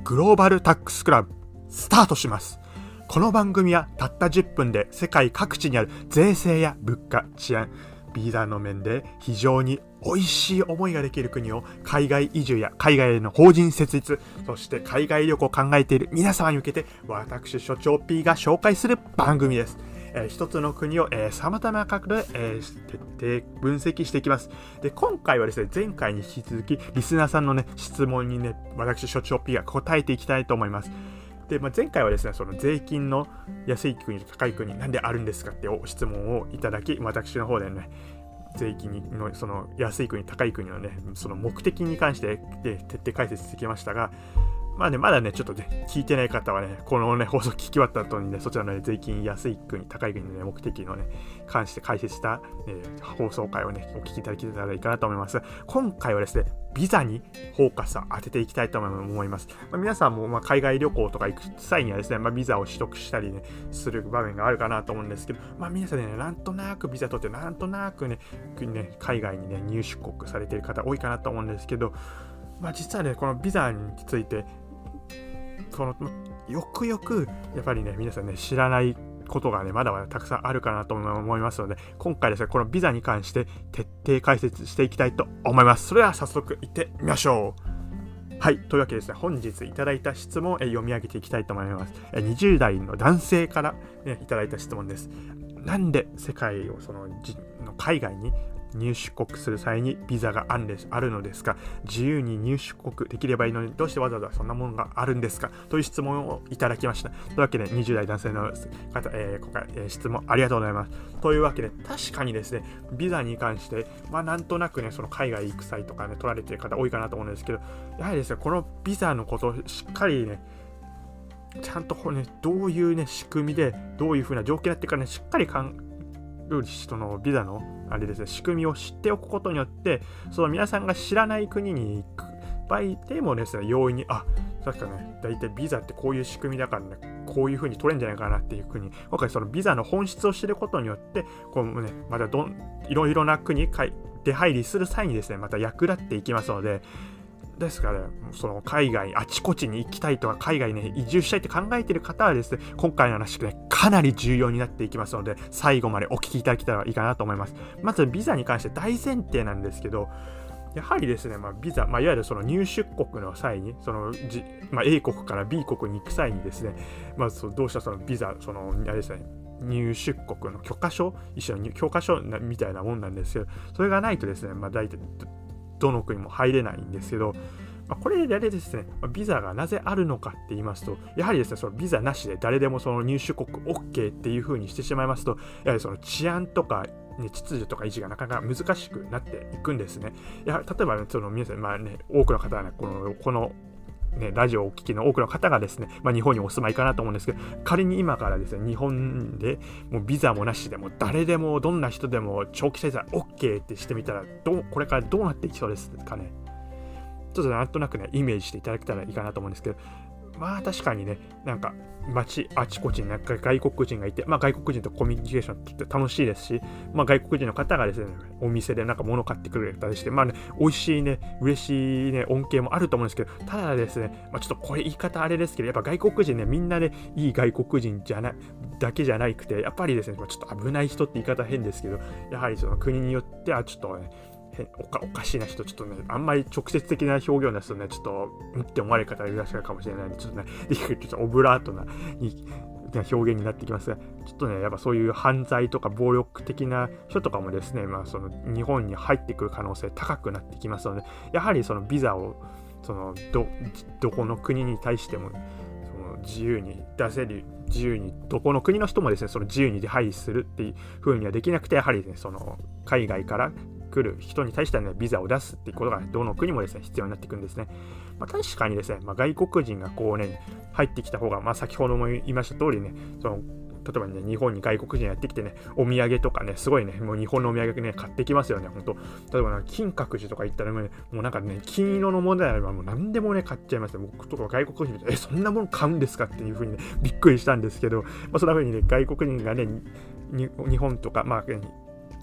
グローバルタックスクラブスタートします。この番組はたった10分で世界各地にある税制や物価、治安、ビザの面で非常に美味しい思いができる国を海外移住や海外への法人設立、そして海外旅行を考えている皆様に向けて私所長 P が紹介する番組です。一つの国を様々な角度で徹底分析していきます。で、今回はですね、前回に引き続きリスナーさんのね質問にね、私所長 P が答えていきたいと思います。で、前回はですね、その税金の安い国と高い国なんであるんですかって質問をいただき、私の方でね、税金のその安い国高い国のね、その目的に関して徹底解説してきましたが、まだねちょっとね聞いてない方はね、このね放送聞き終わった後にね、そちらの、ね、税金安い国高い国の、ね、目的のね関して解説した、放送回をねお聞きいただけたらいいかなと思います。今回はですね、ビザにフォーカスを当てていきたいと思います。皆さんも海外旅行とか行く際にはですね、ビザを取得したりねする場面があるかなと思うんですけど、皆さんねなんとなくビザ取ってなんとなくね海外にね入出国されている方多いかなと思うんですけど、実はねこのビザについてよくよくやっぱりね皆さんね知らないことがねまだまだたくさんあるかなと思いますので、今回ですねこのビザに関して徹底解説していきたいと思います。それでは早速行ってみましょう。はい、というわけでですね、本日いただいた質問を読み上げていきたいと思います。20代の男性から、いただいた質問です。なんで世界を海外に入出国する際にビザがあるのですか？自由に入出国できればいいのにどうしてわざわざそんなものがあるんですか？という質問をいただきました。というわけで20代男性の方、今回、質問ありがとうございます。というわけで確かにですね、ビザに関してなんとなくねその海外行く際とかね取られている方多いかなと思うんですけど、やはりですねこのビザのことをしっかりねちゃんとねどういうね仕組みでどういう風な条件になってからねしっかりそのビザのあれですね仕組みを知っておくことによって、その皆さんが知らない国に行く場合でもですね容易に確かね大体ビザってこういう仕組みだからねこういう風に取れるんじゃないかなっていう国、今回そのビザの本質を知ることによってこうねまたいろいろな国出入りする際にですねまた役立っていきますので。ですから、その海外あちこちに行きたいとか海外ね移住したいって考えている方はですね、今回の話ねかなり重要になっていきますので、最後までお聞きいただけたらいいかなと思います。まずビザに関して大前提なんですけど、やはりですね、ビザ、いわゆるその入出国の際にA 国から B 国に行く際にですね、どうしたそのビザあれですね入出国の許可証、一緒に許可証みたいなもんなんですけど、それがないとですね大体どの国も入れないんですけど、これでですね、ビザがなぜあるのかって言いますと、やはりですね、そのビザなしで誰でもその入出国 OK っていう風にしてしまいますと、やはりその治安とか、秩序とか維持がなかなか難しくなっていくんですね。例えば、皆さん、多くの方はね、このラジオをお聞きの多くの方がですね、日本にお住まいかなと思うんですけど、仮に今からですね、日本でもうビザもなしでも誰でもどんな人でも長期滞在 OK ってしてみたらこれからどうなっていきそうですかね。ちょっとなんとなくねイメージしていただけたらいいかなと思うんですけど、確かにね街あちこちに外国人がいて、外国人とコミュニケーションって楽しいですし、外国人の方がですねお店で物買ってくれたりして、美味しいね嬉しいね恩恵もあると思うんですけど、ただですねちょっとこれ言い方あれですけど、やっぱ外国人ねみんなねいい外国人だけじゃなくて、やっぱりですねちょっと危ない人って言い方変ですけど、やはりその国によってはちょっとねおかしいな人、ちょっとねあんまり直接的な表現を出すとねちょっとって思われる方がいらっしゃるかもしれないので、ちょっとねちょっとオブラートな表現になってきますが、ちょっとねやっぱそういう犯罪とか暴力的な人とかもですね、その日本に入ってくる可能性高くなってきますので、やはりそのビザをどこの国に対しても自由に出せる、自由にどこの国の人もですねその自由に出入りするっていう風にはできなくて、やはりねその海外から来る人に対してはねビザを出すっていうことがどの国もですね必要になってくるんですね。確かにですね、外国人が入ってきた方が、先ほども言いました通りね、例えばね日本に外国人やってきてねお土産とかねすごいねもう日本のお土産ね買ってきますよね。本当例えば金閣寺とか行ったらもう金色のものであればもう何でもね買っちゃいますよ。僕とか外国人でそんなもの買うんですかっていう風にねびっくりしたんですけど、そんな風にね外国人がね日本とか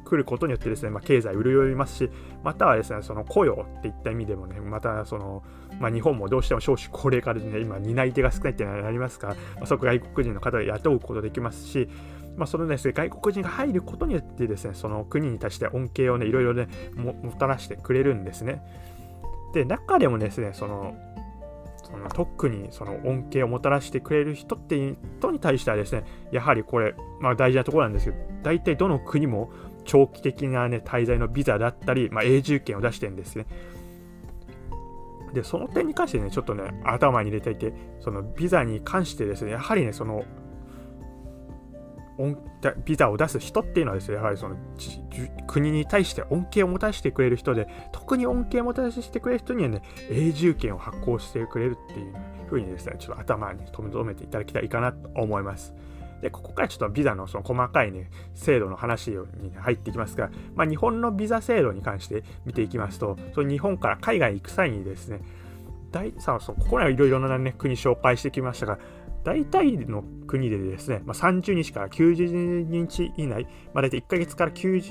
来ることによってですね、経済潤いますし、またはですね、その雇用っていった意味でもね、またその、日本もどうしても少子高齢化でね、今担い手が少ないっていうのがありますから、そこ外国人の方で雇うことできますし、そのですね、外国人が入ることによってですね、その国に対して恩恵をね、いろいろね、もたらしてくれるんですね。で、中でもですね、特にその恩恵をもたらしてくれる人っていう人に対してはですね、やはりこれ、大事なところなんですけど、大体どの国も長期的なね、滞在のビザだったり、永住権を出してるんですね。で、その点に関してね、ちょっとね、頭に入れていて、そのビザに関してですね、やはりね、そのビザを出す人っていうのはですね、やはりその国に対して恩恵をもたらしてくれる人で、特に恩恵をもたらしてくれる人にはね、永住権を発行してくれるっていう風にですね、ちょっと頭に留めていただきたいかなと思います。で、ここからちょっとビザのその細かいね、制度の話に入っていきますが、日本のビザ制度に関して見ていきますと、その日本から海外に行く際にですね、ここにはいろいろなね、国紹介してきましたが、大体の国でですね、30日から90日以内、大体1ヶ月から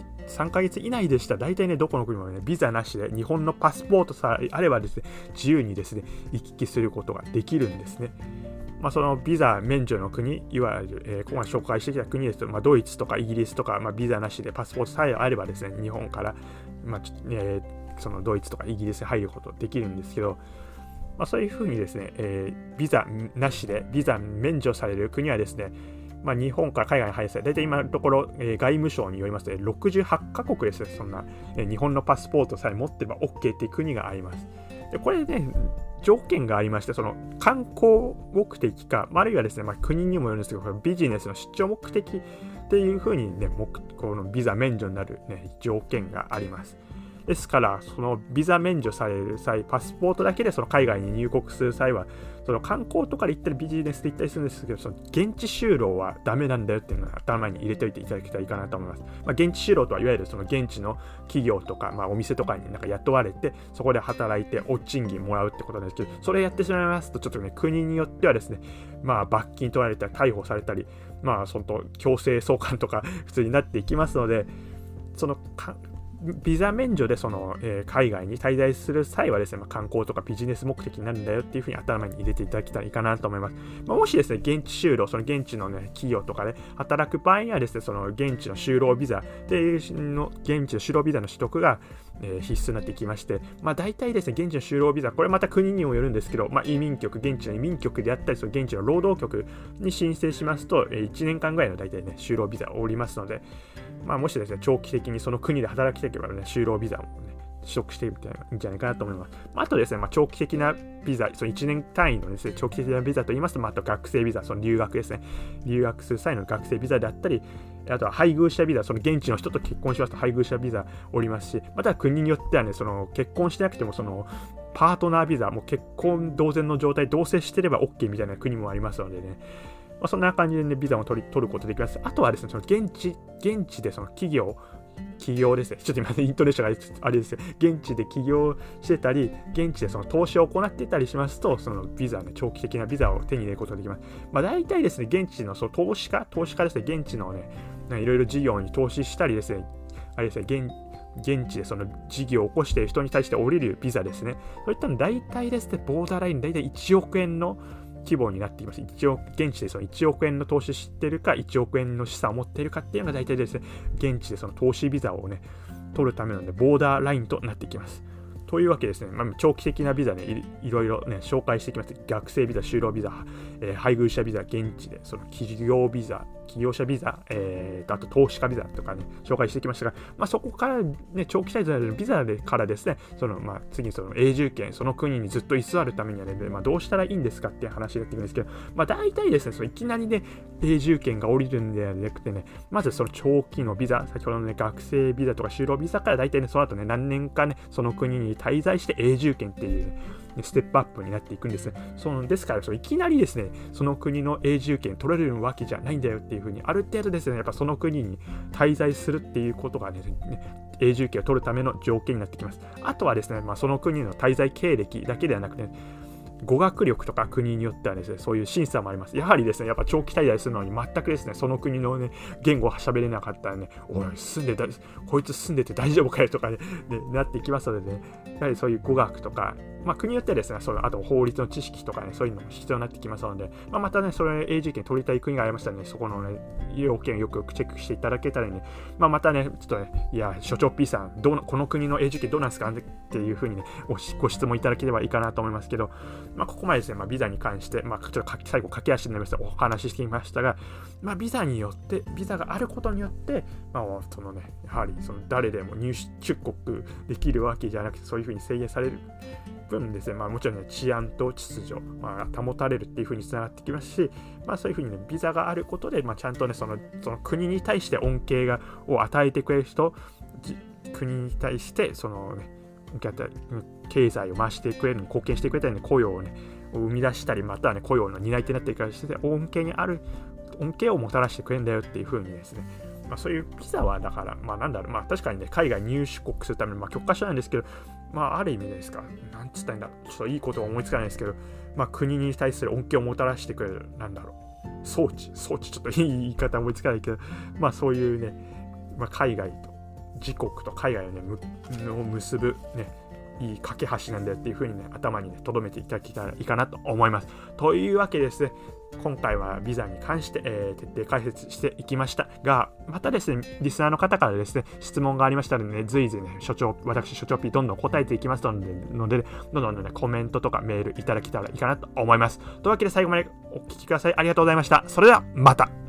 3ヶ月以内でしたら、大体ね、どこの国もね、ビザなしで日本のパスポートさえあればですね、自由にですね、行き来することができるんですね。そのビザ免除の国、いわゆる、ここまで紹介してきた国ですと、ドイツとかイギリスとか、ビザなしでパスポートさえあればですね、日本から、そのドイツとかイギリスに入ることができるんですけど、そういうふうにですね、ビザなしでビザ免除される国はですね、日本から海外に入る際、大体今のところ、外務省によりますと、68カ国ですね、そんな、日本のパスポートさえ持ってれば OK っていう国があります。で、これね、条件がありまして、その観光目的か、あるいはですね、国にもよるんですけど、ビジネスの出張目的っていうふうにね、このビザ免除になる、ね、条件があります。ですから、そのビザ免除される際、パスポートだけでその海外に入国する際は、その観光とかで行ったりビジネスで行ったりするんですけど、その現地就労はダメなんだよっていうのを頭に入れておいていただきたいかなと思います。現地就労とは、いわゆるその現地の企業とか、お店とかに雇われて、そこで働いてお賃金もらうってことなんですけど、それやってしまいますと、ちょっとね、国によってはですね、罰金取られたり、逮捕されたり、強制送還とか普通になっていきますので、そのビザ免除でその、海外に滞在する際はですね、観光とかビジネス目的になるんだよっていうふうに頭に入れていただきたいかなと思います。もしですね、現地就労、その現地のね、企業とかで働く場合にはですね、その現地の就労ビザで現地の就労ビザの取得が、必須になってきまして、大体ですね、現地の就労ビザ、これまた国にもよるんですけど、移民局、現地の移民局であったり、その現地の労働局に申請しますと、1年間ぐらいの大体ね、就労ビザをおりますので、もしですね、長期的にその国で働きたければね、就労ビザをね、取得してみたらいいんじゃないかなと思います。あとですね、長期的なビザ、その1年単位のですね、長期的なビザと言いますと、あと学生ビザ、その留学ですね、留学する際の学生ビザであったり、あとは配偶者ビザ、その現地の人と結婚しますと配偶者ビザおりますし、または国によってはね、その結婚してなくても、そのパートナービザ、もう結婚同然の状態、同棲してれば OK みたいな国もありますのでね、そんな感じでね、ビザを取ることできます。あとはですね、その現地でその企業ですね。ちょっと今、イントネーションがあれですね。現地で起業してたり、現地でその投資を行っていたりしますと、そのビザね、長期的なビザを手に入れることができます。大体ですね、現地のその投資家ですね、現地のね、いろいろ事業に投資したりですね、あれですね、現地でその事業を起こしている人に対して降りるビザですね。そういったの大体ですね、ボーダーライン大体1億円の規模になっています。現地でその1億円の投資しているか、1億円の資産を持っているかっていうのが大体ですね、現地でその投資ビザをね、取るための、ボーダーラインとなってきます。というわけですね、長期的なビザね、いろいろね、紹介してきます。学生ビザ、就労ビザ、配偶者ビザ、現地でその企業ビザ、企業者ビザ、あと投資家ビザとかね、紹介してきましたが、そこからね、長期滞在のビザからですね、次にその永住権、その国にずっと居座るためにはね、どうしたらいいんですかっていう話になってくるんですけど、大体ですね、いきなりね、永住権が降りるんではなくてね、まずその長期のビザ、先ほどのね、学生ビザとか就労ビザから大体ね、その後ね、何年かね、その国に滞在して永住権っていう、ね、ステップアップになっていくんですね。ですから、いきなりですね、その国の永住権取れるわけじゃないんだよっていうふうに、ある程度ですね、やっぱその国に滞在するっていうことがね、永住権を取るための条件になってきます。あとはですね、その国の滞在経歴だけではなくて、 語学力とか国によってはですね、そういう審査もあります。やはりですね、やっぱ長期滞在するのに全くですね、その国のね、言語を喋れなかったらね、おい、こいつ住んでて大丈夫かよとかね、なっていきますのでね、やはりそういう語学とか、国によってはですね、あと法律の知識とかね、そういうのも必要になってきますので、またね、それ永住権取りたい国がありましたらね、そこのね、要件をよくチェックしていただけたらね、またね、ちょっとね、いや、所長 P さん、この国の永住権どうなんですかっていうふうにね、ご質問いただければいいかなと思いますけど、ここまでですね、ビザに関して、ちょっと最後駆け足になりましたお話ししてきましたが、ビザがあることによって、そのね、やはりその誰でも出国できるわけじゃなくて、そういうふうに制限される分ですね、もちろんね、治安と秩序、保たれるっていうふうにつながってきますし、そういうふうにね、ビザがあることで、ちゃんとね、その国に対して恩恵を与えてくれる人、国に対してそのね、経済を回してくれるのに貢献してくれたり、雇用をね、生み出したり、またはね、雇用の担い手になっていくからして、恩恵をもたらしてくれるんだよっていうふうにですね、そういうビザはだから、確かにね、海外入国するための許可書なんですけど、ある意味ですか、なんつったらいいんだろう、ちょっといいことは思いつかないですけど、国に対する恩恵をもたらしてくれる、装置、ちょっといい言い方思いつかないけど、そういうね、海外と、自国と海外をね、結ぶね、いい架け橋なんだよっていう風にね、頭にね、留めていただけたらいいかなと思います。というわけでですね、今回はビザに関して、徹底解説していきましたが、またですね、リスナーの方からですね、質問がありましたので、ね、随時ね、私、所長 P どんどん答えていきますので、どんどんね、コメントとかメールいただけたらいいかなと思います。というわけで最後までお聞きください。ありがとうございました。それでは、また。